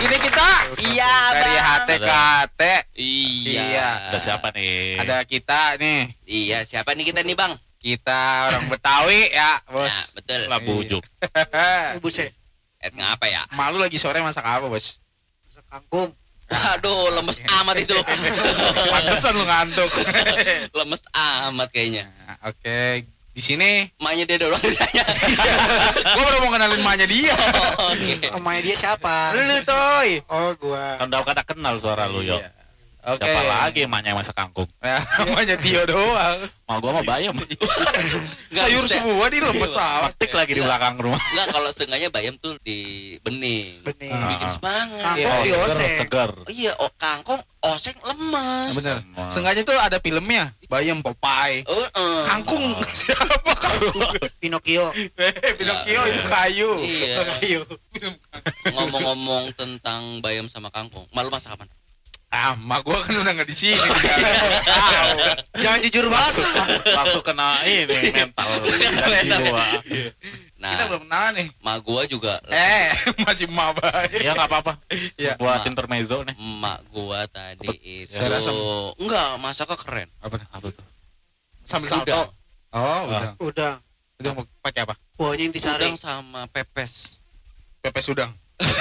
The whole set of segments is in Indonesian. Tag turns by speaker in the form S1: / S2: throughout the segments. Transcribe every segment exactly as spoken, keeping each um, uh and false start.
S1: lagi nih kita.
S2: Iya,
S1: Dari
S2: Bang.
S1: H T K T.
S2: Iya.
S1: Iya.
S3: Ada siapa nih?
S1: Ada kita nih.
S2: Iya, siapa nih kita nih, Bang?
S1: Kita orang Betawi ya, Bos.
S2: Nah, betul.
S3: Lah bujuk.
S4: Buset,
S2: Eh, ngapa ya?
S1: Malu lagi sore masak apa, Bos?
S4: masak kangkung.
S2: Waduh, lemes amat itu.
S1: Pantesan lu ngantuk.
S2: Lemes amat kayaknya.
S1: Nah, Oke, di sini
S2: Maknya dia doang ditanya.
S1: gua baru mau kenalin emaknya dia.
S2: Oh, oke.
S4: Omanya dia siapa?
S1: Lu Toy.
S4: Oh, gua.
S3: Kan udah kada kenal suara lu, yo.
S1: Iya. Oke.
S3: Siapa lagi emaknya yang masak kangkung?
S1: Ya, namanya Tio doang.
S3: Mal gua mah bayam.
S2: Nggak,
S1: Sayur
S2: maksudnya-
S1: semua di lemes amat.
S3: Praktik lagi di belakang rumah.
S2: Enggak, kalau setengahnya bayam tuh di bening.
S4: Bening.
S2: Bikin
S3: Ah.
S2: semangat.
S4: Kangkung
S3: Oh,
S4: di
S3: seger,
S4: oseng.
S3: seger.
S2: Oh, iya, oh kangkung oseng lemes.
S1: Bener.
S3: Semua.
S1: Sengaja tuh ada filmnya. Bayam Popeye.
S2: Oh, eh.
S1: Kangkung siapa kangkung?
S4: Pinocchio.
S1: Eh, Pinocchio itu kayu.
S2: Iya.
S4: Ayo.
S2: Ngomong-ngomong tentang bayam sama kangkung, malu masak apa?
S1: Ah, mak gua kan udah nggak di sini. Tahu.
S4: Jangan jujur banget.
S3: Langsung kena ini mental. Jiwa.
S2: Nah,
S1: Kita belum kenal nih.
S2: mak gua juga
S1: Eh, masih maba.
S3: Ya nggak apa-apa.
S1: Iya.
S3: Buat
S2: Ma.
S3: intermezzo nih.
S2: emak gua tadi itu
S1: Saya rasa-
S2: enggak masaknya keren.
S1: Apa?
S3: Apa tuh?
S1: Sambil
S2: Udang.
S1: salto. Oh, udah.
S4: Udah.
S1: Udah mau pakai apa?
S4: Kuahnya yang dicari.
S2: Udang sama pepes.
S1: Pepes udang.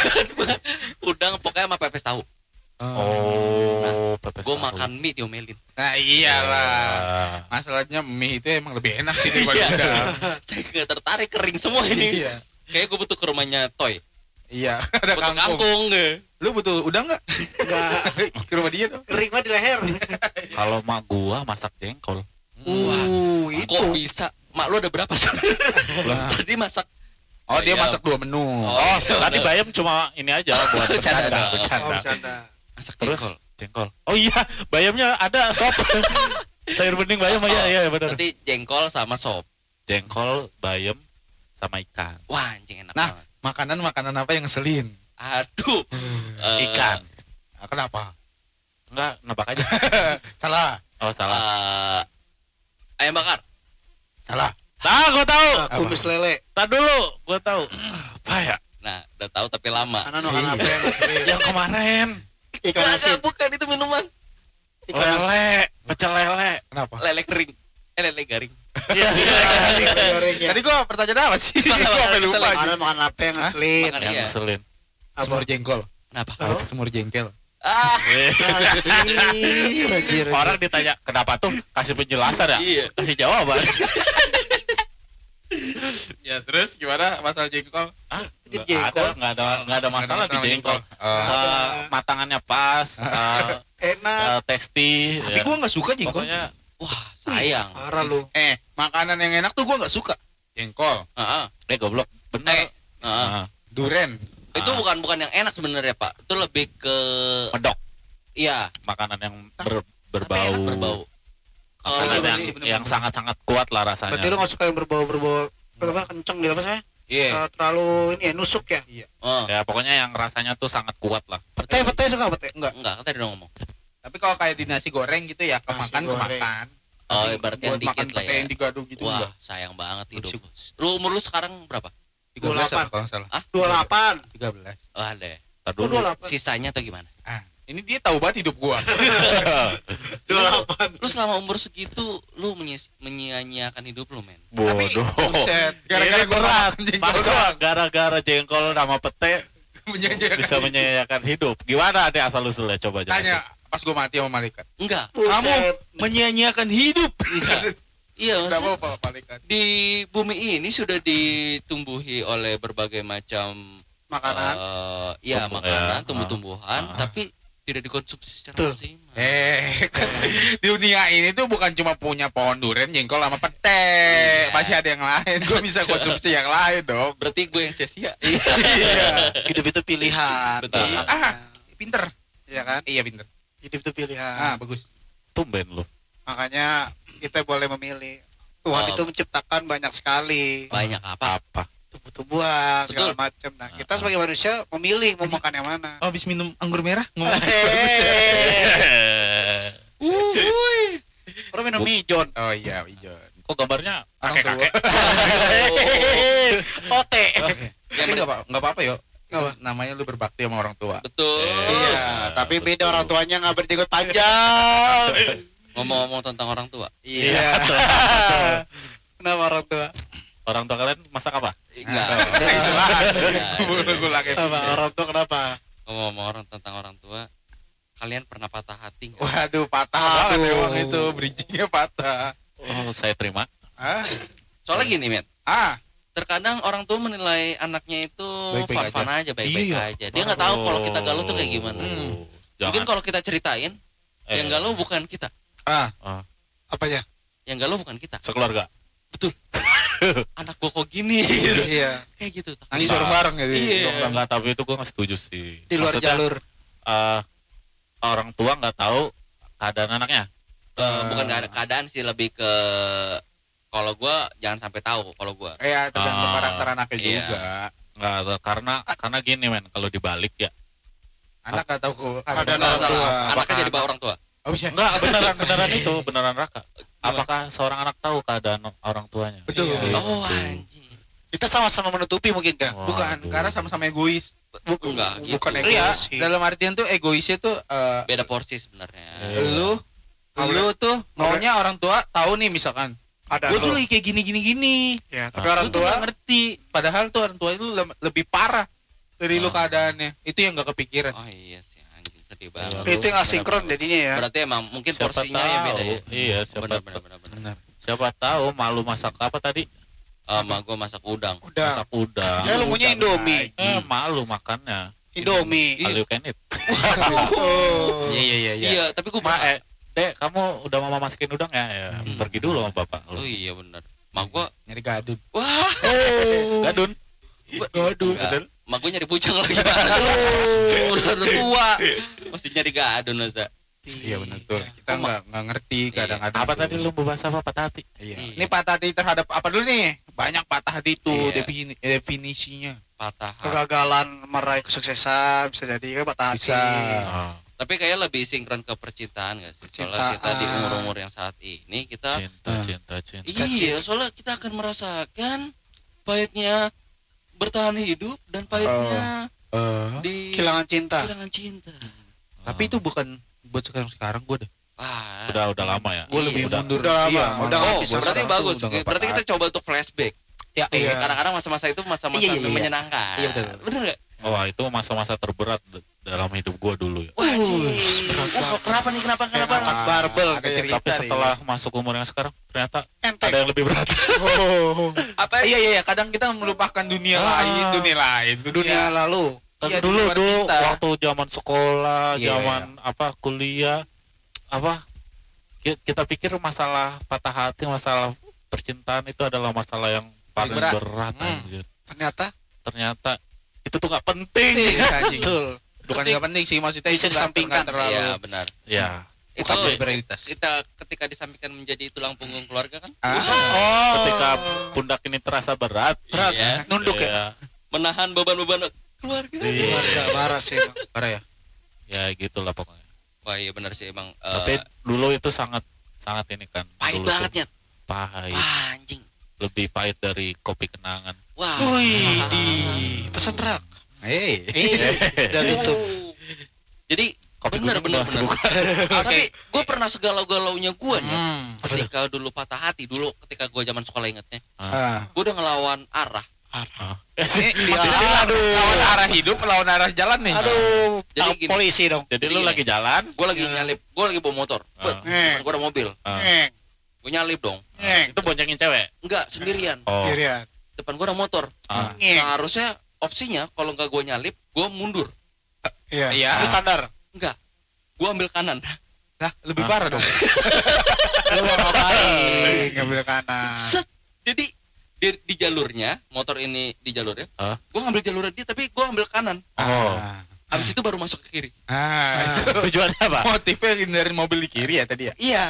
S2: Udang pokoknya sama pepes tahu.
S3: Oh, pepes
S2: Gua
S3: tahu.
S2: makan mie diomelin.
S1: Nah, iyalah.
S3: Ya.
S1: Masalahnya mie itu emang lebih enak sih daripada
S2: Iya.
S1: udang.
S2: Saya nggak tertarik, kering semua ini.
S1: Iya.
S2: Kayaknya gua butuh ke rumahnya Toy.
S1: Iya, ada
S2: Butuh
S1: kangkung.
S2: kangkung nggak?
S1: Lu butuh udang enggak?
S4: Enggak.
S1: Ke rumah dia dong.
S4: Kering mah di leher.
S3: Kalau mak gua masak jengkol.
S4: Uh, itu.
S2: Kok bisa? Mak lu ada berapa sih?
S1: Lah.
S2: Tadi masak.
S1: Oh, dia
S2: Iya.
S1: masak dua menu.
S2: Oh,
S3: Oh,
S2: iya,
S3: tadi
S2: bener.
S3: bayam cuma ini aja buat
S2: Bercanda
S3: bercanda,
S2: dong.
S4: Oh,
S3: bercanda.
S4: bercanda.
S2: Masak
S3: Terus
S2: jengkol.
S3: jengkol. Oh iya, bayamnya ada sop. Sayur bening bayam
S2: Oh,
S3: iya iya benar.
S2: Nanti jengkol sama sop.
S3: Jengkol, bayam sama ikan.
S2: Wah, anjing enak
S1: Nah.
S2: banget.
S1: Makanan-makanan apa yang ngeselin?
S2: Aduh. Eh,
S3: Ikan.
S1: Ah, Kenapa?
S3: Enggak, nebak aja.
S1: Salah.
S3: Oh, salah.
S2: eh, ayam bakar.
S1: Salah.
S3: Nah, gua tahu.
S4: Ah, kumis lele.
S3: Tar dulu, gua tahu. Apa ya?
S2: Nah, udah tahu tapi lama.
S4: Kanan makan
S1: Iya.
S4: apa yang ngeselin?
S3: Yang kemarin.
S4: Ikan
S2: Bukan,
S4: asin.
S2: bukan itu minuman.
S4: Ikan asin.
S3: Lele, pecel lele.
S1: Kenapa?
S2: Lele kering. Eh, lele garing.
S3: Iya, iya.
S4: Goreng ya.
S1: Tadi gua pertanyaan apa sih?
S2: Makanan
S1: Gua sampai lupa.
S2: ngeselin.
S4: Makanan makan apa yang ngeselin?
S2: Makan
S3: Yang
S2: iya.
S3: ngeselin.
S1: Semur jengkol.
S2: Kenapa?
S4: Oh.
S1: Semur jengkel.
S2: Ah,
S4: Anjir, anjir.
S3: Orang ditanya kenapa tuh, kasih penjelasan ya?
S2: Iya.
S3: Kasih jawaban.
S1: Ya, terus gimana masalah jengkol?
S3: Ah,
S4: Itu
S3: nggak
S4: jengkol.
S3: ada, nggak ada, nggak ada masalah di jengkol.
S1: Oh.
S3: Eh, matangannya pas, eh,
S4: Enak.
S3: eh, tasty.
S1: Tapi
S3: ya.
S1: gua nggak suka jengkol.
S3: Pokoknya
S2: wah, sayang.
S4: Parah lu.
S1: Eh, makanan yang enak tuh gua nggak suka. Jengkol,
S2: Heeh.
S3: eh goblok. Bener.
S2: Heeh.
S3: Ah,
S1: duren.
S2: Itu
S3: Ah.
S2: bukan bukan yang enak sebenarnya, Pak. Itu lebih ke
S3: medok.
S2: iya,
S3: Makanan yang ber- berbau.
S2: berbau. Kalau
S3: Makanan
S2: gimana
S3: yang,
S2: sih?
S3: yang sangat-sangat kuat lah rasanya.
S4: Berarti lu gak suka yang berbau-berbau apa kenceng gitu apa saya?
S2: Iya.
S4: Eh, terlalu ini ya nusuk ya.
S2: Oh,
S3: Ya pokoknya yang rasanya tuh sangat kuat lah.
S4: Pete pete suka pete?
S1: Enggak.
S2: enggak, kan tadi udah ngomong.
S1: Tapi kalau kayak di nasi goreng gitu ya,
S4: Nasi
S1: kemakan
S4: goreng.
S1: kemakan.
S2: Oh,
S1: Tapi
S2: ibaratnya
S1: buat
S2: yang dikit
S1: makan
S2: lah
S1: pete
S2: ya.
S1: yang digado gitu
S2: Wah,
S1: enggak.
S2: sayang banget hidup.
S1: Bersih.
S2: Lu umur lu sekarang berapa?
S1: tiga belas
S4: dua puluh delapan.
S1: kalau nggak salah.
S2: Ah,
S4: dua puluh delapan.
S1: tiga belas.
S2: oh, ada.
S3: Tar
S4: Kok
S3: dulu.
S4: dua puluh delapan?
S2: Sisanya atau gimana?
S1: Ah, ini dia tahu banget hidup gua.
S4: dua puluh delapan.
S2: Lu selama umur segitu lu menyia- menyia-nyiakan hidup lu, men.
S1: Tapi
S3: Bodoh.
S1: buset, gara-gara
S3: Ini
S1: gua
S3: berat.
S1: makan jengkol
S3: Masa
S1: doang.
S3: gara-gara jengkol sama pete
S1: Menyanyiakan
S3: bisa menyanyiakan hidup. Gimana deh asal usulnya coba jelasin.
S1: Tanya pas gua mati sama malaikat.
S2: Enggak.
S1: Kamu
S4: Buset.
S1: menyia-nyiakan hidup.
S2: Enggak. Iya,
S1: Kenapa
S2: maksudnya
S1: Pak malaikat?
S2: di bumi ini sudah ditumbuhi oleh berbagai macam
S4: Makanan.
S2: eh, ya
S3: Tumbuh-
S2: makanan,
S3: ya,
S2: tumbuh-tumbuhan,
S3: ah.
S2: tapi tidak dikonsumsi secara
S4: Betul.
S2: maksimal.
S1: Eh, kan di dunia ini tuh bukan cuma punya pohon durian, jengkol sama pete.
S2: Iya.
S1: Masih ada yang lain. Gua bisa konsumsi yang lain dong.
S2: Berarti gue yang sia-sia.
S1: Iya.
S4: Hidup itu pilihan.
S2: Betul.
S1: Ah, pinter.
S4: Iya kan?
S1: Iya pinter.
S4: Hidup itu pilihan.
S1: Ah, bagus.
S3: Tumben lu.
S4: Makanya kita boleh memilih. Tuhan
S2: Oh.
S4: itu menciptakan banyak sekali
S2: Banyak apa?
S3: Apa?
S4: tumbuh-tumbuhan segala
S2: Betul.
S4: macam. Nah, kita sebagai manusia memilih mau makan yang mana.
S1: Oh, habis minum anggur merah ngomong.
S4: Hehehe.
S2: Uhuy.
S4: Orang minum mijon.
S1: Oh iya, hijau.
S3: Kok gambarnya
S1: Orang
S3: kakek-kakek?
S4: Ote.
S1: Tapi enggak apa enggak apa-apa yo.
S4: Apa?
S1: Namanya lu berbakti sama orang tua.
S2: Betul.
S4: Iya, tapi
S3: betul.
S4: beda orang tuanya nggak berjenggot panjang.
S2: Ngomong-ngomong tentang orang tua.
S3: Iya. betul, betul.
S4: Kenapa orang tua?
S3: Orang tua kalian masak apa?
S2: Enggak.
S1: Gue lagi.
S4: Kenapa? Orang tua kenapa?
S2: Ngomong-ngomong orang tentang orang tua, kalian pernah patah hati nggak?
S1: Waduh, patah banget emang itu, bridgingnya patah.
S3: Oh, saya terima.
S1: Ah,
S2: Soalnya gini, Met.
S1: ah,
S2: Terkadang orang tua menilai anaknya itu
S1: Baik-baik
S2: fun-fun aja, baik-baik
S1: Iya.
S2: aja. Dia nggak tahu kalau kita galuh tuh kayak gimana.
S1: Hmm.
S2: Mungkin
S3: Jangan.
S2: kalau kita ceritain,
S3: Eh,
S2: yang galuh bukan kita.
S1: ah.
S4: Apanya?
S2: Yang galuh bukan kita.
S3: sekeluarga.
S2: Anak gua kok gini.
S4: Iya.
S2: Kayak gitu.
S1: Nangis
S3: Nah.
S1: bareng-bareng gitu.
S2: Iya.
S3: Enggak, tapi itu gue nggak setuju sih.
S4: Di luar
S3: Maksudnya,
S4: jalur.
S3: eh, orang tua nggak tahu keadaan anaknya.
S2: Eh, bukan nggak ada keadaan sih, lebih ke kalau gua jangan sampai tahu kalau gua.
S1: Iya, tergantung
S3: Ah.
S1: karakter anaknya
S2: Iya.
S1: juga.
S3: Nggak ada, karena karena gini men, kalau dibalik ya.
S1: Anak gak tahu kok.
S4: Ada
S2: Nggak
S4: orang
S2: salah.
S4: tua.
S2: Anaknya
S3: Apakah
S2: jadi bawa orang tua.
S1: Oh, bisa.
S3: Enggak, beneran beneran itu, beneran Raka. Apakah seorang anak tahu keadaan orang tuanya?
S4: Betul.
S3: Gitu.
S2: Oh anjing.
S4: Kita sama-sama menutupi mungkin kan?
S1: Bukan,
S3: Waduh.
S1: karena sama-sama egois.
S2: Enggak gitu.
S4: Bukan
S1: Iya,
S4: egois sih.
S1: dalam artian tuh egoisnya tuh eh,
S2: Beda porsi sebenarnya.
S3: Iya.
S1: lu lu tuh maunya orang tua tahu nih misalkan
S4: Ada
S1: gue tuh
S4: lu.
S1: lagi kayak gini gini gini.
S4: Ya, tapi
S3: Ah.
S4: orang
S1: Lu tuh
S4: tua
S1: nggak ngerti, padahal tuh orang tua itu le- lebih parah dari lu
S2: Ah.
S1: keadaannya. Itu yang gak kepikiran.
S2: Oh iya sih anjing, sedih banget.
S4: itu yang asinkron
S2: Benar-benar.
S4: jadinya ya.
S2: Berarti emang mungkin
S3: Siapa
S2: porsinya ya beda
S3: tahu.
S2: ya.
S3: Iya, siapa
S2: Benar
S3: tahu.
S2: benar benar benar.
S1: Benar.
S3: Siapa tahu malu masak apa tadi?
S2: Sama gua masak udang.
S4: Udah.
S3: Masak udang.
S4: Ya lu punya Indomie.
S3: Eh,
S2: Hmm.
S3: malu makannya.
S4: Indomie.
S3: All you can eat.
S4: Oh.
S1: Iya iya iya.
S2: Iya, tapi gua
S3: Ma,
S2: pernah.
S3: eh, Dek, kamu udah mama masakin udang ya? Ya,
S2: Hmm.
S3: pergi dulu sama bapak lu.
S2: Oh iya benar. Mak gua,
S1: Nyari gadun.
S2: wah,
S3: Gadun.
S2: gaduh.
S1: betul.
S2: Mak gua nyari bujang lagi. Udah udah tua. Mesti nyari gadun masa.
S1: Iya benar tuh. Kita
S2: Oh,
S1: nggak nggak ngerti kadang-kadang.
S3: Apa
S1: tuh.
S3: tadi lu bahas apa patah hati?
S1: Iya.
S2: Iya.
S1: Ini patah hati terhadap apa dulu nih? Banyak patah hati itu
S2: Iya.
S1: defini- definisinya.
S2: Patah hati.
S4: Kegagalan meraih kesuksesan bisa jadi kan patah hati.
S1: Bisa.
S3: Oh,
S2: Tapi kayak lebih sinkron ke percintaan gak sih? Soalnya
S4: Percintaan.
S2: kita di umur-umur yang saat ini kita
S3: cinta,
S1: Ah.
S3: cinta, cinta.
S2: iya, soalnya kita akan merasakan pahitnya bertahan hidup dan pahitnya
S1: Eh,
S2: di
S4: Kehilangan cinta.
S2: kehilangan cinta.
S1: tapi itu bukan buat sekarang sekarang gue deh.
S2: Ah,
S3: Udah udah lama ya.
S1: Gue
S2: Iya.
S1: lebih
S3: Udah-
S1: mundur.
S4: udah lama,
S1: Iya,
S4: udah
S1: malah.
S4: nggak
S2: oh,
S4: bisa
S2: berarti
S1: sekarang
S2: bagus.
S1: tuh udah nggak
S2: Berarti
S1: patah
S2: kita coba untuk flashback.
S1: Ya,
S4: Iya.
S2: Kadang-kadang masa-masa itu masa-masa
S1: Iya, iya, iya.
S2: menyenangkan.
S1: Iya, betul.
S2: Bener gak?
S3: Wah, itu masa-masa terberat d- dalam hidup gua dulu ya.
S2: Wah, anjing. Wah, kenapa nih? Kenapa? Kenapa?
S4: Angkat barbel
S1: ada
S4: kayak
S1: cerita
S3: Tapi
S1: nih.
S3: setelah masuk umur yang sekarang ternyata ada
S4: enteng.
S3: yang lebih berat.
S4: Oh.
S2: Apa?
S1: Iya iya iya, kadang kita melupakan dunia
S3: Ah.
S1: lain, dunia lain,
S4: Dunia lalu.
S3: Kan
S1: Iya,
S3: dulu
S1: di luar
S3: dulu
S1: kita.
S3: waktu zaman sekolah,
S1: Iya.
S3: zaman apa kuliah, apa ki- kita pikir masalah patah hati, masalah percintaan itu adalah masalah yang paling
S1: Paling berat.
S3: berat,
S1: Hmm.
S3: anjir.
S4: Ternyata
S3: Ternyata itu tuh nggak penting.
S1: Iya, anjing.
S4: betul.
S1: Bukan nggak penting sih, maksudnya
S4: Bisa
S1: itu nggak-
S4: disampingkan.
S1: nggak terlalu
S2: Iya, benar.
S3: Ya.
S2: Itu
S1: bukan jadi prioritas.
S2: kita ketika disampaikan menjadi tulang punggung keluarga kan?
S1: Ah.
S4: Oh.
S3: Ketika pundak ini terasa berat,
S4: berat.
S2: Iya.
S4: Nunduk ya.
S3: ya.
S2: Menahan beban-beban keluarga.
S3: Iya.
S4: Keluarga marah sih. Emang.
S1: Parah ya.
S3: Ya gitulah pokoknya.
S2: Wah, iya benar sih emang. eh,
S3: Tapi dulu itu sangat sangat ini kan.
S2: pahit
S3: Dulu tuh
S2: banget ya.
S3: Pahit.
S2: Wah, anjing.
S3: Lebih pahit dari kopi kenangan.
S2: Wah.
S4: Wih, di pesan rak.
S1: Hei.
S4: Udah tutup.
S2: Jadi
S3: Kopi
S2: bener
S3: gunung
S2: bener
S3: masih
S2: bener.
S3: bukan.
S2: Ah, tapi gue pernah segalau-galaunya gue nih.
S1: Hmm.
S2: Ketika dulu patah hati dulu, ketika gue zaman sekolah ingetnya,
S1: Ah.
S2: gue udah ngelawan arah.
S3: Ah.
S1: Ini
S4: Dia-
S1: maksudnya
S4: aduh.
S1: lawan arah hidup, lawan arah jalan nih.
S4: Aduh,
S2: Jadi
S4: tangkap
S2: gini.
S4: polisi dong.
S3: Jadi
S2: Jadi
S3: lu
S2: gini.
S3: lagi jalan,
S2: Gue lagi nyalip, gue lagi bawa motor.
S3: Ah.
S2: Bet, gue ada mobil.
S3: ah,
S4: Ngeng,
S2: Gue nyalip dong.
S4: ngeng.
S3: itu boncengin cewek.
S2: Enggak, sendirian.
S3: Oh.
S4: Dirian.
S2: Depan gue ada motor.
S3: Ah.
S4: Ngeng.
S2: Seharusnya opsinya kalau nggak gue nyalip, gue mundur.
S4: Iya.
S1: Iya.
S4: Itu standar.
S2: Enggak. Gue ambil kanan.
S1: Nah, lebih
S3: Ah.
S1: parah dong.
S4: Lu mau ngapain? Ngambil kanan.
S2: Set. Jadi di, di jalurnya, motor ini di jalurnya,
S3: Ah.
S2: gue ngambil jalurnya dia, tapi gue ambil kanan.
S3: Oh.
S1: Ah.
S2: Abis itu baru masuk ke kiri.
S1: Ah.
S3: Tujuannya apa?
S1: Motifnya hindarin mobil di kiri ya tadi ya.
S2: Iya.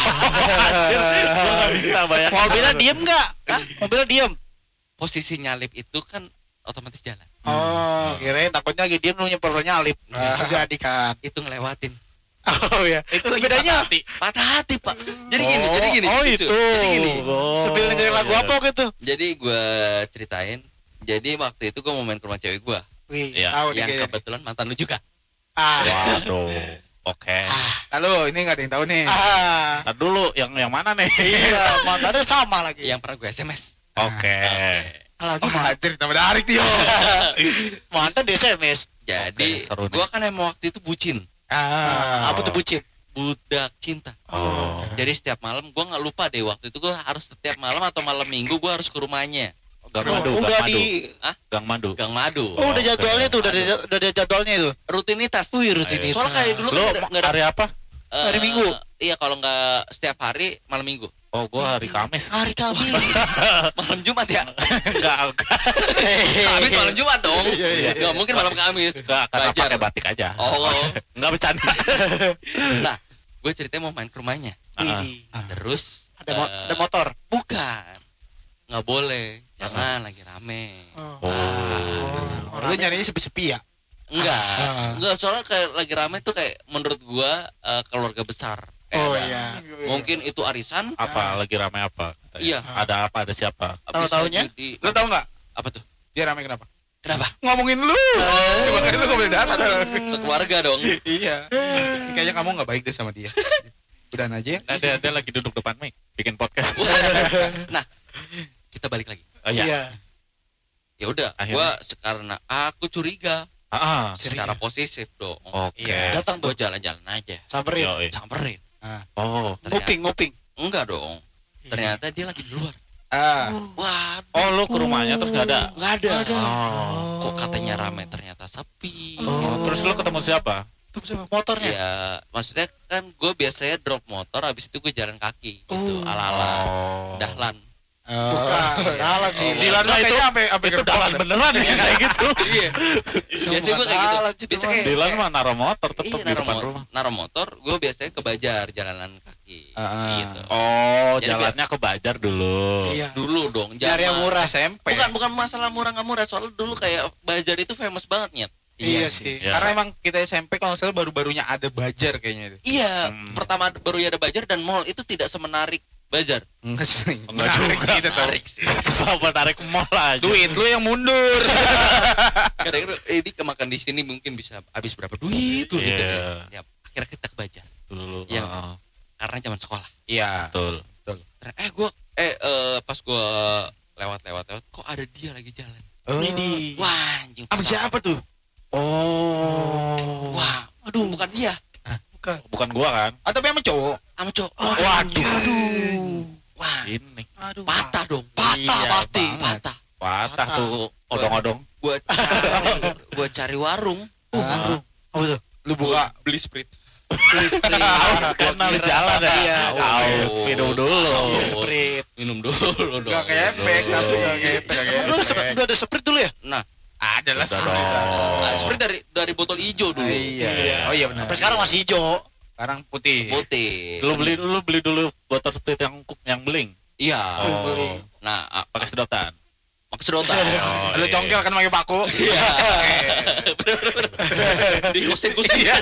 S3: Gue gak bisa bayangin.
S4: Mobilnya diem nggak? Mobilnya diem.
S2: Posisi nyalip itu kan otomatis jalan.
S4: Oh, kirain takutnya lagi diem lu nyemper nyalip.
S1: Ah.
S4: Jadi kan.
S2: Itu ngelewatin.
S4: Oh ya.
S1: Itu lagi
S4: bedanya.
S2: Patah hati, Pak. Jadi gini, jadi gini.
S3: Oh
S2: lucu.
S3: itu.
S2: Jadi gini.
S3: Oh,
S4: Sambil dengerin lagu
S3: iya.
S4: apa gitu?
S2: Jadi gue ceritain. Jadi waktu itu gue mau main ke rumah cewek gue.
S4: Wih,
S3: Iya.
S4: tahu nih
S2: yang
S4: kayaknya.
S2: kebetulan mantan lu juga.
S4: Ah.
S3: Waduh. Oke.
S1: Halo, ini nggak ada yang tahu nih.
S4: Ah.
S3: Ntar dulu yang yang mana nih?
S4: Iya, mantannya sama lagi.
S2: Yang pernah gue S M S.
S3: Oke.
S4: Lagi
S1: Oh, hadir tambah dari Tio.
S4: mantan di S M S.
S2: Jadi
S3: Oke, seru nih.
S2: gue kan emang waktu itu bucin,
S4: Ah, apa tuh bucin?
S2: budak cinta.
S3: Oh.
S2: Jadi setiap malam gue nggak lupa deh waktu itu gue harus setiap malam atau malam minggu gue harus ke rumahnya.
S3: Gang
S4: Oh,
S3: Madu, Gang
S4: udah
S3: Madu.
S4: di
S3: Gang Madu.
S2: Gang Madu.
S4: Oh, udah
S3: Oke.
S4: jadwalnya tuh, udah ada udah ada jadwalnya itu.
S2: Rutinitas.
S4: Wih, rutinitas.
S2: Soalnya kayak dulu
S3: Lu
S2: kan nggak ada-
S3: hari apa?
S2: eh,
S4: hari Minggu.
S2: Iya, kalau nggak setiap hari malam minggu.
S3: Oh, gua hari Kamis.
S4: Hari Kamis.
S2: Malam Jumat ya.
S3: Enggak, enggak.
S2: Kamis malam Jumat dong.
S3: Iya, iya.
S2: Nggak mungkin malam Kamis.
S3: Enggak, karena
S2: Belajar.
S3: pakai batik aja.
S2: Oh.
S3: Enggak bercanda.
S2: Nah, gue ceritanya mau main ke rumahnya.
S4: Widih.
S2: Terus
S4: Ada mo-
S2: eh,
S4: ada motor.
S2: bukan. Nggak boleh. Jangan lagi rame.
S3: Oh.
S4: Oh,
S1: Lu nyarinya sepi-sepi ya?
S2: Enggak.
S1: Ah.
S2: Enggak, soalnya kayak lagi rame tuh kayak menurut gua eh, keluarga besar. Kayak
S4: Oh
S2: ada-
S4: iya.
S2: Mungkin itu arisan.
S3: Apa lagi ramai apa? katanya?
S2: Iya.
S3: Ada apa? Ada siapa?
S2: bisa
S4: Tahu-taunya?
S2: jadi-
S1: Lu tahu nggak?
S2: apa tuh?
S1: Dia rame kenapa?
S2: Kenapa?
S1: Ngomongin lu. Makanya lu gak boleh datang.
S2: Sekeluarga dong.
S1: Iya. Kayaknya kamu nggak baik deh sama dia. Udahan aja.
S3: Nah, dia, dia lagi duduk depan mic bikin podcast.
S2: Nah, kita balik lagi.
S3: Oh iya.
S4: Iya.
S2: Ya udah,
S3: Akhirnya?
S2: gua karena aku curiga
S3: Ah, ah.
S2: secara positif dong.
S3: Oke.
S1: Iya.
S4: Datang
S2: Gua
S4: tuh.
S2: jalan-jalan aja,
S4: Samperin.
S3: Yoi.
S2: samperin.
S3: Oh.
S2: Ternyata-
S4: Nguping, nguping.
S2: Enggak dong. Ternyata dia lagi di luar.
S1: Ah.
S2: Wah,
S3: Oh, lu ke rumahnya terus nggak ada?
S2: nggak ada.
S3: Oh.
S2: Kok katanya ramai ternyata sepi.
S3: Oh, terus lu ketemu siapa?
S4: Tuh sama motornya.
S2: Ya, maksudnya kan gue biasanya drop motor, habis itu gue jalan kaki gitu,
S4: Oh.
S2: ala-ala
S3: Oh.
S2: dahlan.
S4: Bukan. Dalam sih.
S2: Oh,
S1: Dilan
S3: Nah,
S1: itu
S3: itu-
S1: sampai sampai
S3: Itu
S1: gerbang
S3: dalan
S1: ada.
S3: beneran ya kayak gitu.
S2: Iya. Biasanya gue kayak gitu.
S4: Dalam sih,
S2: Biasanya
S4: teman.
S2: kayak,
S3: Dilan
S2: kayak-
S3: mah naruh motor tetap
S2: iya,
S3: di
S2: naruh,
S3: depan
S2: mo-
S3: rumah.
S2: naruh motor, gue biasanya ke Bajar, jalanan kaki.
S1: Ah.
S2: Gitu.
S3: Oh,
S2: Jadi
S3: jalannya ke Bajar dulu.
S4: Iya.
S2: Dulu dong,
S4: Nyari yang
S2: zaman-
S4: murah.
S1: S M P.
S2: Bukan bukan masalah murah nggak murah, soalnya dulu kayak Bajar itu famous banget Nyet.
S4: Iya sih.
S3: Iya.
S1: Karena emang kita S M P kalau nggak salah baru-barunya ada Bajar kayaknya.
S2: Iya,
S3: Hmm.
S2: pertama baru ada Bajar dan mall itu tidak semenarik Bajar.
S1: Enggak sih.
S3: Enggak
S1: Menarik
S3: juga.
S1: sih itu tahu.
S2: Menarik sih.
S3: Apa tarik ke mall aja.
S1: Duit lu yang mundur.
S2: Kadang-kadang eh, ini kemakan di sini mungkin bisa habis berapa duit tuh gitu.
S3: Iya.
S2: Ya, akhirnya kita ke Bajar
S3: Dulu.
S2: Yang-
S3: Heeh,
S2: karena zaman sekolah.
S1: Iya.
S3: betul.
S2: Ternyata, eh gua eh, eh, pas gua lewat-lewat lewat kok ada dia lagi jalan.
S4: Widih.
S2: Wah, anjing.
S1: Sama siapa tuh?
S3: Oh.
S2: Wah,
S4: Aduh.
S2: bukan dia.
S4: Bukan.
S3: Bukan gua kan?
S1: Atau memang cowok?
S2: Sama cowok.
S3: Waduh.
S4: Aduh.
S2: Wah,
S3: Ini
S4: Aduh.
S2: patah dong.
S4: Patah
S1: Iya,
S4: pasti.
S1: banget.
S2: Patah.
S3: patah
S4: Patah.
S3: tuh odong-odong.
S2: Gua cari, gua cari warung.
S4: Uh,
S1: Ah.
S4: aduh. Apa tuh?
S1: Lu buka
S2: beli sprit.
S3: Haus kan habis jalan ya.
S4: Iya.
S3: Haus, minum dulu.
S2: Haus.
S4: Sprint.
S2: Minum dulu dong.
S1: Enggak kepek tapi enggak kepek.
S4: Lu udah udah ada sprint dulu ya?
S2: Nah,
S1: Ada lah
S3: Udah
S1: Sprite.
S3: dong.
S2: nah, sprit dari dari botol hijau
S1: Ah,
S2: dulu.
S1: Iya. Oh iya benar.
S4: Sampai sekarang masih hijau.
S1: Sekarang putih.
S2: Putih.
S3: Lu beli lu beli dulu botol sprit yang yang beling.
S2: Iya.
S3: Oh.
S2: Nah, a-
S3: Pakai sedotan.
S2: pakai sedotan.
S3: Oh,
S1: Lu
S3: iya.
S1: congkel kan pakai paku.
S2: Iya. Di kusin-kusin.
S1: Iya.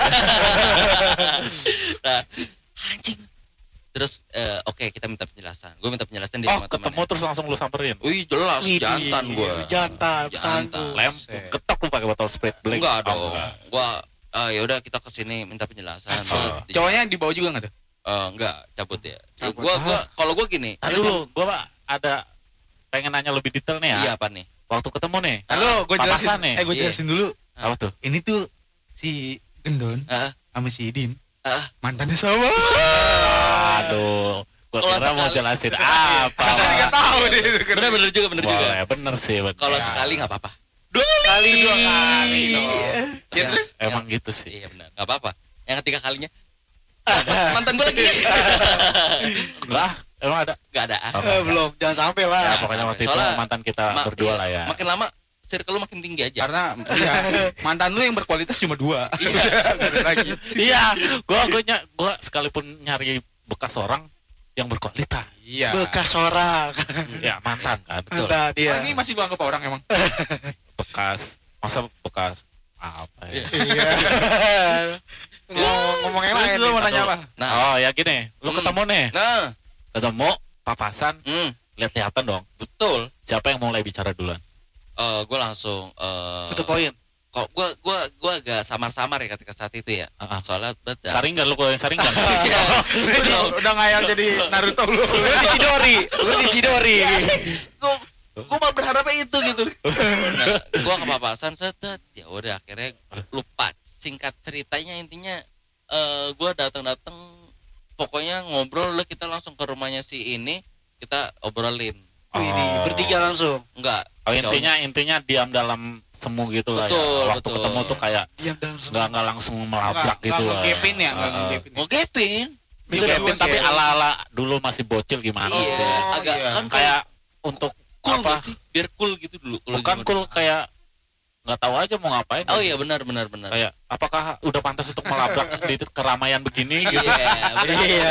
S2: Nah, anjing. Terus eh, oke kita minta penjelasan. Gue minta penjelasan di
S3: Oh,
S2: rumah
S3: ketemu
S2: temannya.
S3: terus langsung lu samperin.
S2: Wih, jelas
S4: Widih.
S2: jantan gue.
S4: Jantan.
S2: Jantan.
S4: Tangguh.
S3: Lem,
S1: Buset.
S3: ketok lu pakai botol sprit beling.
S2: Enggak
S3: Oh,
S2: dong.
S3: enggak.
S2: Gua ah, ya udah kita kesini minta penjelasan.
S4: Asik.
S2: Gua di-
S1: Cowoknya di bawah juga enggak tuh?
S2: Eh, enggak, cabut ya.
S4: Cabut.
S2: Gua gua kalau gua gini.
S3: Tadi dulu, gua Pak, ada pengen nanya lebih detail nih ya.
S2: Iya apa nih?
S3: Waktu ketemu nih.
S1: Halo, gue
S3: Papasan
S1: jelasin.
S3: nih.
S1: Eh, gue
S2: Iya.
S1: jelasin dulu.
S3: Apa tuh?
S1: Ini tuh si Gendon
S2: Heeh.
S1: sama si Idin
S2: Heeh.
S1: mantannya sama.
S3: Aduh, gua
S2: Kalau
S3: kira mau
S2: sekali-
S3: jelasin apa.
S1: Kan enggak tahu deh itu.
S2: Bener bener juga bener juga.
S3: Boleh, bener sih. bener.
S2: Kalau
S3: Ya,
S2: sekali nggak apa-apa.
S1: Dua kali, dua kali.
S2: Iya.
S1: Ya, terus
S3: Emang gitu sih.
S2: Iya benar. Nggak apa-apa. Yang ketiga kalinya mantan gua lagi.
S3: Lah, emang ada?
S2: Nggak ada.
S3: Oh,
S4: Eh, belum, jangan sampai
S3: Ya,
S4: lah.
S3: pokoknya waktu itu
S2: Soalnya-
S3: mantan kita
S2: Ma-
S3: berdua
S2: iya,
S3: lah ya.
S2: Makin lama circle lu makin tinggi aja.
S1: karena iya, mantan lu yang berkualitas cuma dua.
S2: Iya.
S1: Nggak ada lagi.
S3: Iya, gua gua ny- gua sekalipun nyari bekas orang yang berkualitas.
S1: Iya.
S4: Bekas orang.
S3: Ya, mantan kan.
S2: Betul.
S4: Ada
S1: Oh,
S4: dia.
S1: ini masih lu anggap orang emang?
S3: Bekas. Masa bekas apa ya?
S4: Iya. Ngomong ngomong yang
S1: Terus
S4: lain.
S1: lu mau
S4: nih.
S1: nanya apa?
S2: Nah,
S3: Oh, ya gini, lu
S2: Hmm.
S3: ketemu nih.
S2: nah,
S3: Ketemu, papasan,
S2: hmm,
S3: lihat-lihatan dong.
S2: betul.
S3: Siapa yang mulai bicara duluan?
S2: Eh, gue langsung eh
S4: Itu poin.
S2: kok gua gua gua agak samar-samar ya ketika saat itu ya.
S3: Ah, ah.
S2: Soalnya bet
S3: Saringan lu kalau yang saringan.
S2: Iya.
S1: udah, udah ngayal jadi Naruto lu.
S4: Lu di Chidori, lu di Chidori.
S2: Gua gua mah berharapnya itu gitu. Nah, gua kepapasan setet. Ya udah akhirnya lupa. Singkat ceritanya intinya eh gua datang-datang pokoknya ngobrol lah, kita langsung ke rumahnya si ini, kita obrolin.
S4: Widih,
S3: Oh.
S4: bertiga langsung.
S2: Enggak.
S3: Oh, intinya intinya diam dalam semu gitu lah ya.
S2: Betul,
S3: Waktu
S2: betul.
S3: ketemu tuh kayak
S4: Diam dalam semua.
S3: nggak nggak langsung melabrak
S1: Nggak-
S3: gitu
S1: nggak
S3: lah.
S1: ngegepin ya, nggak
S3: Ah, ah.
S1: ngegepin.
S2: Mau gepin.
S3: Ngegepin tapi ala-ala dulu masih bocil gimana
S2: Iya,
S3: sih?
S2: agak
S1: iya.
S2: kan
S3: Kayak untuk
S2: cool
S3: apa?
S2: gak sih? Biar cool gitu dulu. kalau
S3: Bukan
S2: zaman-
S3: cool kayak nggak tahu aja mau ngapain.
S2: Oh iya benar benar benar.
S3: Kayak apakah udah pantas untuk melabrak di keramaian begini gitu?
S2: Iya, benar.
S4: Iya.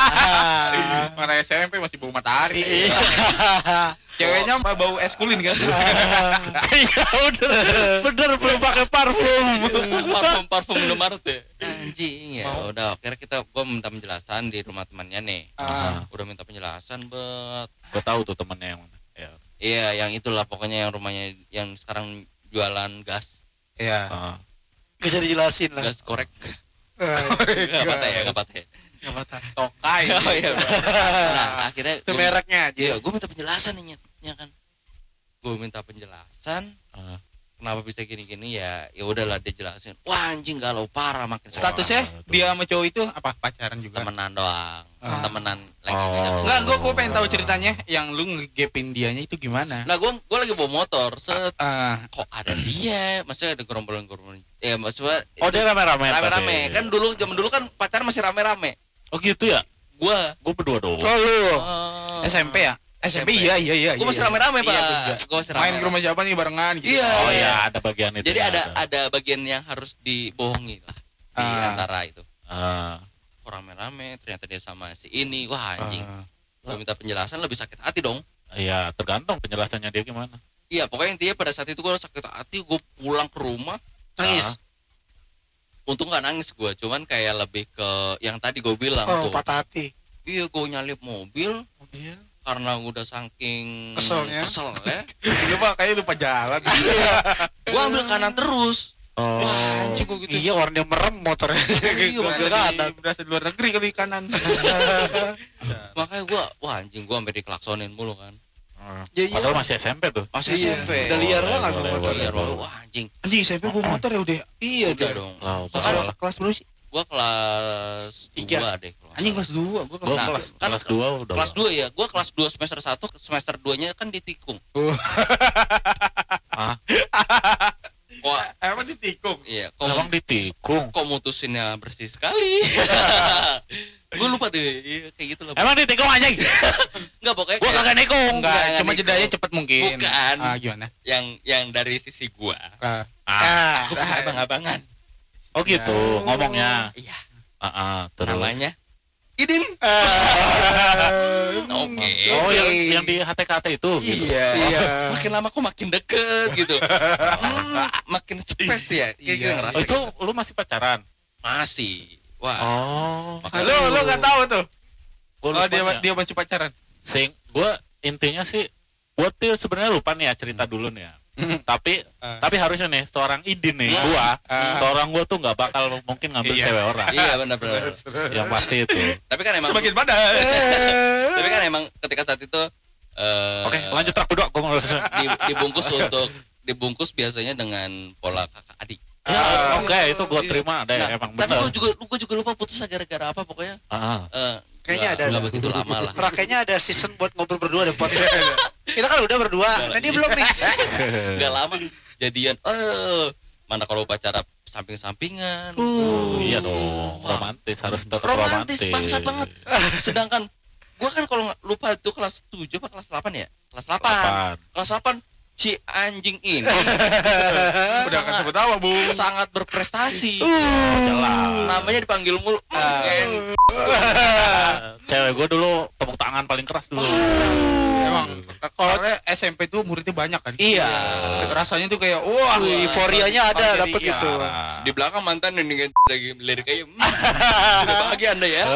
S1: Mana S M P masih bau matahari.
S3: Iya.
S1: Ceweknya bau es kulin kan.
S3: Iya bener, bener belum pakai parfum.
S2: parfum parfum Indomaret ya. Anjing ya. Udah akhirnya kita gua minta penjelasan di rumah temannya nih.
S3: Ah.
S2: Udah minta penjelasan bet.
S3: Gue tahu tuh temennya yang mana. Ya.
S2: Iya, yang itulah pokoknya yang rumahnya yang sekarang jualan gas,
S1: Iya.
S3: Ah.
S4: Bisa dijelasin lah.
S2: gas korek.
S4: Eh,
S2: Enggak patah ya, enggak patah ya.
S4: nggak apa-apa.
S1: Tokai.
S2: Oh iya. bener. Nah, akhirnya
S4: Itu
S2: gua-
S4: mereknya aja.
S2: Iya, gue minta penjelasan nih Nyet, ya kan. Gue minta penjelasan,
S3: Ah.
S2: kenapa bisa gini-gini ya. Ya udahlah dia jelasin. Wah anjing galau parah makin
S1: Statusnya
S3: Oh,
S1: dia sama cowok itu apa? Pacaran juga.
S2: temenan doang,
S1: Ah.
S2: temenan lagi
S3: Oh.
S2: ngajak.
S1: Enggak, gua gua pengen tahu ceritanya yang lu ngegepin dianya itu gimana.
S2: Nah, gue gue lagi bawa motor, set
S1: Ah,
S2: kok ada dia, maksudnya ada gerombolan-gerombolan. Ya maksudnya
S3: Oh dia rame-rame.
S2: rame-rame.
S3: tadi.
S2: Kan dulu zaman dulu kan pacaran masih rame-rame.
S3: Oh gitu ya?
S2: Gua
S3: Gue berdua doang.
S4: Oh lu.
S2: oh,
S1: S M P ya? S M P
S2: S M P.
S1: iya iya iya.
S2: Gue masih
S1: iya.
S2: rame-rame,
S1: Iya,
S2: Pak.
S1: berdua.
S2: Gue masih
S1: Main
S2: rame.
S1: ke rumah siapa nih barengan gitu.
S2: Iya.
S3: Oh ya ada bagian itu.
S2: Jadi
S3: ya,
S2: ada ada bagian yang harus dibohongi lah di
S1: Ah.
S2: antara itu.
S3: Ah.
S2: Kok rame-rame ternyata dia sama si ini. Wah anjing.
S1: Ah.
S2: Gue minta penjelasan lebih sakit hati dong.
S3: Iya tergantung penjelasannya dia gimana.
S2: Iya pokoknya intinya pada saat itu gue sakit hati. Gue pulang ke rumah.
S4: Nangis.
S2: Untung gak nangis gue. Cuman kayak lebih ke yang tadi gue bilang
S4: Oh,
S2: tuh.
S4: patah hati.
S2: Iya gue nyalip mobil.
S4: Mobil.
S2: Karena udah saking
S4: Keselnya.
S2: keselnya.
S1: Lupa kayaknya lupa jalan.
S2: Iya. Gue ambil kanan terus.
S3: Oh.
S2: Wah anjing gue gitu.
S4: Iya, orang dia merem motornya.
S2: Iya,
S4: Mobil
S2: makanya.
S4: kanan.
S1: Berasa di luar negeri kali kanan.
S2: Makanya gue, wah anjing gue sampai diklaksonin mulu kan.
S3: Ah.
S4: Ya, iya.
S3: Padahal masih S M P tuh.
S2: Masih
S4: Iya,
S2: S M P.
S4: udah liar
S3: Boleh,
S4: banget
S3: boleh,
S4: motor.
S3: boleh,
S2: Liar
S3: boleh.
S2: banget. Wah anjing.
S1: Anjing S M P bawa motor ya udah.
S4: Iya
S2: Udah
S4: dong.
S2: dong.
S3: Oh,
S2: Soalnya
S3: masalah.
S1: Kelas berapa sih?
S2: Gua kelas
S4: Tiga.
S2: dua deh. kalau nggak
S1: Anjing
S2: salah.
S1: kelas dua, gua
S3: Gue
S1: kelas
S2: Nah,
S3: kelas
S2: kan-
S3: kelas dua udah.
S2: Kelas dua ya. Gua kelas dua semester satu, semester dua-nya kan ditikung.
S3: Ah,
S2: Wah,
S1: Emang ditikung.
S2: iya, kok
S3: emang ditikung.
S2: kok mutusinnya bersih sekali. Gue lupa deh. Iya, kayak gitu lah.
S3: Emang ditikung anjing?
S2: Enggak pokoknya
S3: Gua
S2: kayak
S3: kagak nikung.
S1: Enggak,
S2: Enggak,
S1: cuma
S2: Niko.
S1: jedanya cepet mungkin.
S2: Bukan.
S1: Ah, gimana?
S2: yang yang dari sisi gua.
S1: Ah,
S3: Ah.
S2: Aku punya abang-abangan.
S3: Oh gitu ngomongnya.
S2: Iya,
S3: Ah, ah, terus.
S2: namanya Idin. Oke.
S3: Oh yang yang di H T K T itu gitu.
S2: Iya.
S4: Iya.
S2: Makin lama kok makin deket gitu. Hmm, makin cepet ya. Kayak gitu
S1: Iya.
S2: ngerasa.
S3: Oh itu lu masih pacaran?
S2: Masih. Wah.
S3: Oh.
S2: makanya-
S1: Lu lu enggak tahu tuh.
S3: Gua
S1: Oh,
S3: lupa
S1: dia
S3: ya.
S1: dia masih pacaran.
S3: Sing, gua intinya sih gua tuh sebenarnya lupa nih ya cerita dulu nih ya. Tapi
S1: Ah.
S3: tapi harusnya nih seorang Idin nih,
S2: Hmm.
S3: gua,
S1: Ah.
S3: seorang gua tuh nggak bakal mungkin ngambil
S1: Iya.
S3: cewek orang.
S2: Iya benar-benar.
S3: Yang pasti itu.
S2: Tapi kan emang.
S1: Sebagian badan.
S2: Tapi kan emang ketika saat itu. eh,
S3: Oke, lanjut track kedua. Gua mau
S2: di- dibungkus untuk dibungkus biasanya dengan pola kakak adik.
S3: Ya,
S1: Ah.
S3: oke, itu gua
S2: Iya.
S3: terima deh,
S2: Nah,
S3: emang
S2: tapi
S3: benar.
S2: gua juga gua juga lupa putusnya gara-gara apa pokoknya.
S3: Ah,
S2: eh,
S4: Kayaknya
S2: nggak-
S4: ada.
S2: nggak begitu lama lah.
S4: Rakenya ada season buat ngobrol berdua deh podcast. Kita kan udah berdua. Nah, dia belum nih.
S2: Nggak lama jadian. Eh, mana kalau pacara samping-sampingan.
S4: Uh,
S3: iya dong, romantis harus tetap
S2: romantis,
S3: romantis.
S2: bangsat banget. Sedangkan gua kan kalau nggak lupa itu kelas tujuh apa kelas delapan ya? Kelas delapan.
S3: Apaan?
S2: Kelas delapan si anjing ini
S1: Udah kan sebut apa, Bu?
S2: sangat berprestasi.
S3: Jelas.
S2: Namanya dipanggil mulu.
S1: Ah.
S2: Geng.
S3: Cewek gua dulu tepuk tangan paling keras dulu.
S1: Emang soalnya S M P tuh muridnya banyak kan.
S2: Iya.
S1: Rasanya tuh kayak wah,
S4: Wih, euforianya ada,
S1: Jadi,
S4: dapet
S1: iya.
S4: itu.
S2: Di belakang mantan yang dengan lagi lirik aja. Hmm, sudah bahagia Anda ya.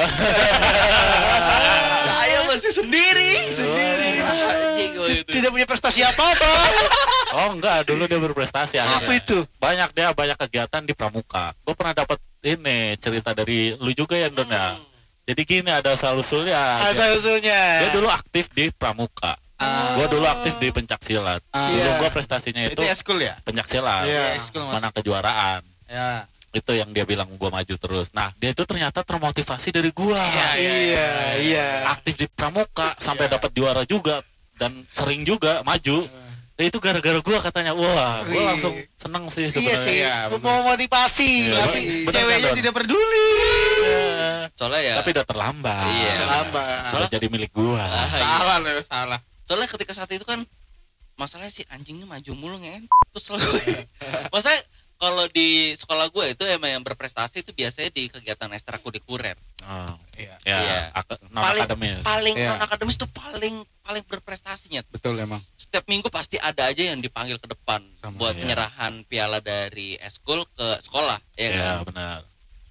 S2: Saya masih sendiri.
S4: Sendiri.
S2: Anjing gua itu.
S4: Tidak punya prestasi apa-apa.
S3: Oh enggak, dulu dia berprestasi
S4: Apa
S3: akhirnya.
S4: itu?
S3: Banyak dia banyak kegiatan di pramuka. Gue pernah dapat ini cerita dari lu juga ya Don ya.
S2: Hmm.
S3: Jadi gini ada asal usulnya. Dia,
S4: Asal usulnya.
S3: dia dulu aktif di pramuka.
S4: Ah.
S3: Gue dulu aktif di pencaksilat.
S4: Ah.
S3: Dulu
S4: Iya.
S3: gue prestasinya
S1: Itu
S3: itu
S1: eskul ya?
S3: pencaksilat.
S4: Iya.
S1: Eskul mas.
S3: Menang kejuaraan.
S4: Ya.
S3: Itu yang dia bilang gue maju terus. Nah dia itu ternyata termotivasi dari gue.
S1: Iya,
S4: Iya, iya.
S3: Aktif di pramuka sampai
S1: Iya.
S3: dapat juara juga dan sering juga maju. Nah, itu gara-gara gue katanya. Wah, gue
S4: Wih.
S3: langsung seneng sih
S4: Iya
S3: sebenarnya.
S4: sih.
S1: Iya, bener.
S4: Mau motivasi.
S3: Iya,
S4: Tapi
S3: bener.
S1: Ceweknya
S3: Don?
S1: tidak peduli.
S3: Iya.
S2: Soalnya ya
S3: Tapi udah terlambat.
S2: Iya.
S4: terlambat.
S3: Udah
S2: Soalnya-
S3: jadi milik gua.
S2: Ah, iya.
S1: Salah lo, salah.
S2: Soalnya ketika saat itu kan masalahnya si anjingnya maju mulu ngen. Terus gue. Masalahnya kalau di sekolah gue itu emang yang berprestasi itu biasanya di kegiatan ekstrakurikuler.
S3: Oh,
S1: Iya.
S3: ya,
S2: Iya.
S3: ak- non
S2: Paling-
S3: akademis.
S2: Paling
S1: Iya.
S2: non akademis itu paling paling berprestasinya.
S1: Betul emang.
S2: Setiap minggu pasti ada aja yang dipanggil ke depan
S1: Sama,
S2: buat
S3: iya.
S2: penyerahan piala dari eskul ke sekolah, ya
S3: Iya,
S2: kan?
S3: benar.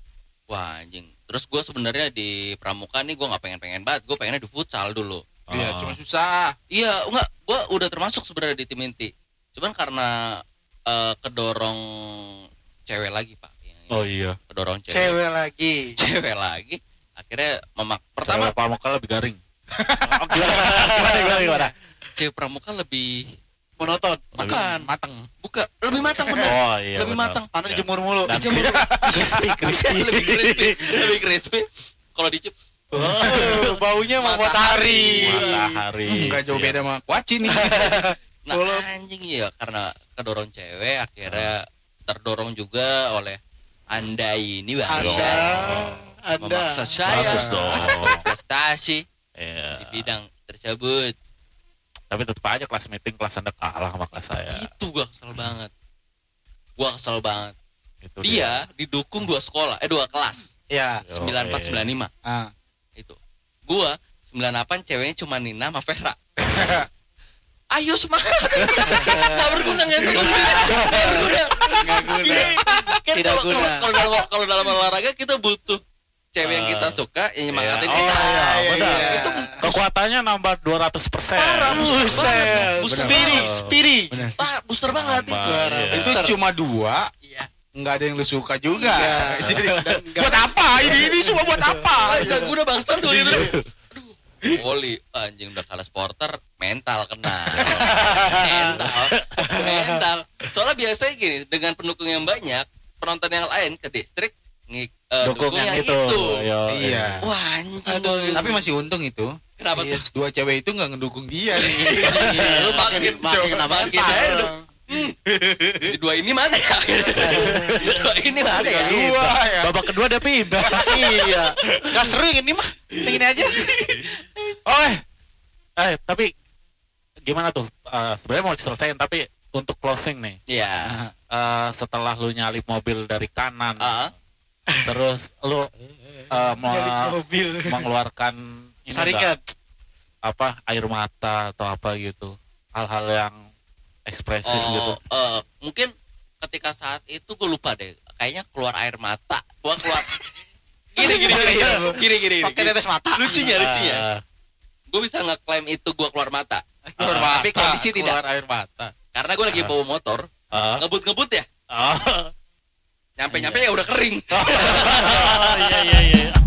S2: Wah anjing. Terus gue sebenarnya di pramuka nih gue nggak pengen-pengen banget, gue pengennya di futsal dulu.
S1: Iya,
S3: Oh.
S1: cuma susah.
S2: Iya, enggak, gue udah termasuk sebenarnya di tim inti. Cuman karena eh, kedorong cewek lagi pak. Yang-
S3: Oh iya.
S2: Kedorong cewek.
S4: Cewek lagi.
S2: Cewek lagi. Akhirnya memak. Pertama
S3: Cewek pramuka lebih garing. Oh, gimana, gimana, gimana, gimana?
S2: cewek pramuka lebih
S4: Monoton.
S2: bukan,
S1: Mateng.
S2: bukan, lebih matang bener.
S3: Oh iya.
S2: lebih
S3: benar.
S2: matang.
S4: Tanah
S3: Iya.
S4: dijemur mulu.
S3: Dan-
S2: Dijemur.
S3: Crispy, crispy.
S2: lebih crispy, lebih crispy. Kalau dicip,
S4: Oh, baunya mau matahari.
S3: Matahari.
S1: Enggak jauh
S3: siap.
S1: beda sama kuaci nih.
S2: nah
S4: Kalau-
S2: anjing ya karena kedorong cewek akhirnya terdorong juga oleh anda ini
S4: Anda,
S2: bangsa
S4: Anda.
S2: memaksa saya
S3: Bagus dong.
S2: berprestasi
S3: Iya.
S2: di bidang tersebut.
S3: Tapi tetap aja kelas meeting kelas Anda kalah sama kelas saya.
S2: Itu gua kesel banget. Gua kesel banget.
S3: Itu
S2: Dia didukung dua sekolah, eh dua kelas.
S4: Ya.
S3: Yo,
S2: sembilan empat
S3: eh.
S2: sembilan lima
S1: Ah.
S2: itu. Gua sembilan delapan ceweknya cuma Nina sama Vera. Ayo semangat. Enggak berguna ngentot. Enggak berguna.
S4: Nggak guna.
S2: Kan
S4: Tidak
S2: kalau-
S4: guna.
S2: kalau- Kalau dalam kalau dalam olahraga kita butuh cewek yang kita
S3: Ah.
S2: suka yang nyemangatin
S3: Iya.
S2: kita.
S3: Oh, iya,
S4: Iya,
S3: benar.
S4: iya.
S2: Itu
S3: Kekuatannya nambah dua ratus persen.
S2: Parah.
S4: Buset.
S2: Booster
S4: Spiri,
S2: banget.
S4: spiri.
S1: Benar.
S2: Pak, booster banget itu.
S3: Nambah, iya.
S1: Itu cuma dua,
S2: Iya.
S1: nggak ada yang lu suka juga.
S4: Iya.
S1: Jadi buat apa? Ini ini semua buat apa?
S2: Ah, enggak guna bangsa tuh gitu. Aduh. Oli anjing udah kalah supporter, mental kena. mental. Mental. Soalnya biasanya gini, dengan pendukung yang banyak, penonton yang lain ke distrik ngik eh,
S3: Dukung
S2: dukung
S3: yang
S2: yang
S3: itu.
S2: itu.
S3: Yo,
S1: Iya.
S2: Wah anjing.
S4: Aduh.
S2: boy.
S1: Tapi masih untung itu.
S2: kenapa tuh?
S1: Dua cewek itu nggak ngedukung dia nih.
S4: Iya,
S2: Lu makin
S4: makin
S2: coba,
S4: nambah
S2: makin aja lu. Si dua ini mana ya? Dua ini mana ya?
S1: Dua ya.
S3: Babak kedua dia pindah.
S4: Iya. Gak sering ini mah. Yang ini aja.
S3: Oh, eh, eh tapi gimana tuh? Eh, Sebenarnya mau diselesain tapi untuk closing nih.
S2: Iya.
S3: eh, setelah lu nyalip mobil dari kanan,
S2: Ah,
S3: terus lu eh, mau
S4: mobil.
S3: mengeluarkan ini
S4: Saringan.
S3: enggak, apa air mata atau apa gitu, hal-hal yang ekspresif
S2: oh,
S3: gitu.
S2: eh, mungkin ketika saat itu gue lupa deh. Kayaknya keluar air mata. Gua keluar. Gini gini gini
S4: Iya.
S2: gini gini.
S4: Pakai
S2: gini.
S4: tetes mata.
S2: Lucunya lucunya.
S3: Eh,
S2: Gue bisa ngeklaim itu gue keluar mata.
S1: Keluar
S3: Ah,
S1: mata.
S2: tapi kondisi tidak.
S1: Keluar air mata.
S2: Karena gue lagi
S3: Ah.
S2: bawa motor,
S3: eh,
S2: ngebut-ngebut ya.
S3: oh,
S2: Nyampe-nyampe ya udah kering.
S3: iya iya iya.